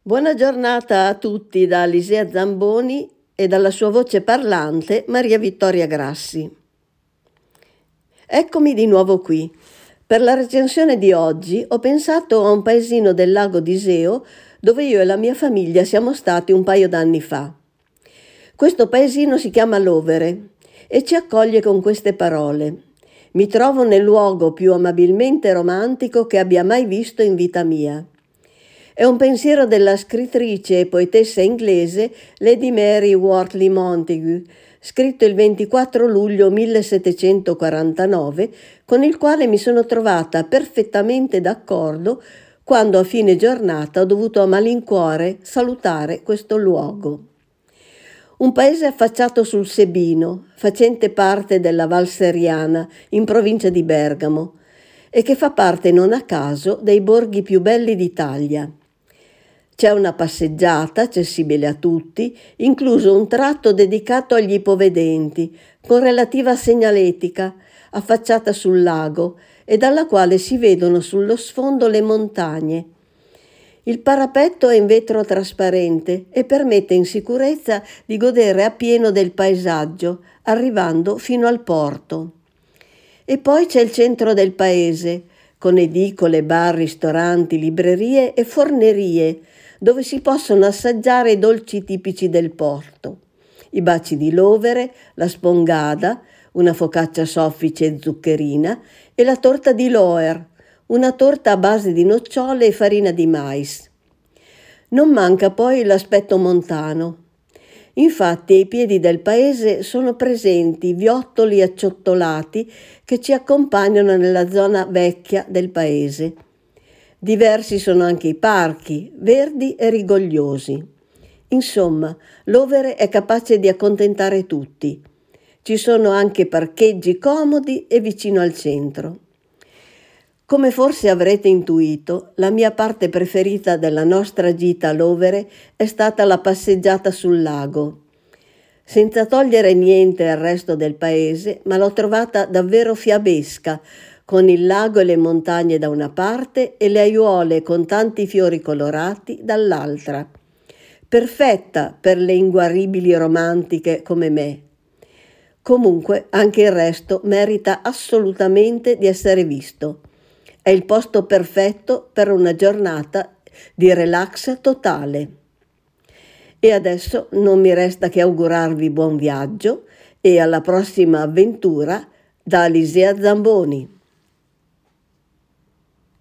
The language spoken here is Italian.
Buona giornata a tutti da Alisea Zamboni e dalla sua voce parlante Maria Vittoria Grassi. Eccomi di nuovo qui. Per la recensione di oggi ho pensato a un paesino del lago d'Iseo dove io e la mia famiglia siamo stati un paio d'anni fa. Questo paesino si chiama Lovere e ci accoglie con queste parole. Mi trovo nel luogo più amabilmente romantico che abbia mai visto in vita mia. È un pensiero della scrittrice e poetessa inglese Lady Mary Wortley Montagu, scritto il 24 luglio 1749, con il quale mi sono trovata perfettamente d'accordo quando a fine giornata ho dovuto a malincuore salutare questo luogo. Un paese affacciato sul Sebino, facente parte della Val Seriana, in provincia di Bergamo, e che fa parte non a caso dei borghi più belli d'Italia. C'è una passeggiata accessibile a tutti, incluso un tratto dedicato agli ipovedenti, con relativa segnaletica, affacciata sul lago e dalla quale si vedono sullo sfondo le montagne. Il parapetto è in vetro trasparente e permette in sicurezza di godere appieno del paesaggio, arrivando fino al porto. E poi c'è il centro del paese, con edicole, bar, ristoranti, librerie e fornerie, dove si possono assaggiare i dolci tipici del porto. I baci di Lovere, la spongada, una focaccia soffice e zuccherina, e la torta di Loer, una torta a base di nocciole e farina di mais. Non manca poi l'aspetto montano. Infatti ai piedi del paese sono presenti viottoli acciottolati che ci accompagnano nella zona vecchia del paese. Diversi sono anche i parchi, verdi e rigogliosi. Insomma, Lovere è capace di accontentare tutti. Ci sono anche parcheggi comodi e vicino al centro. Come forse avrete intuito, la mia parte preferita della nostra gita a Lovere è stata la passeggiata sul lago. Senza togliere niente al resto del paese, ma l'ho trovata davvero fiabesca, con il lago e le montagne da una parte e le aiuole con tanti fiori colorati dall'altra. Perfetta per le inguaribili romantiche come me. Comunque anche il resto merita assolutamente di essere visto. È il posto perfetto per una giornata di relax totale. E adesso non mi resta che augurarvi buon viaggio e alla prossima avventura da Alisea Zamboni.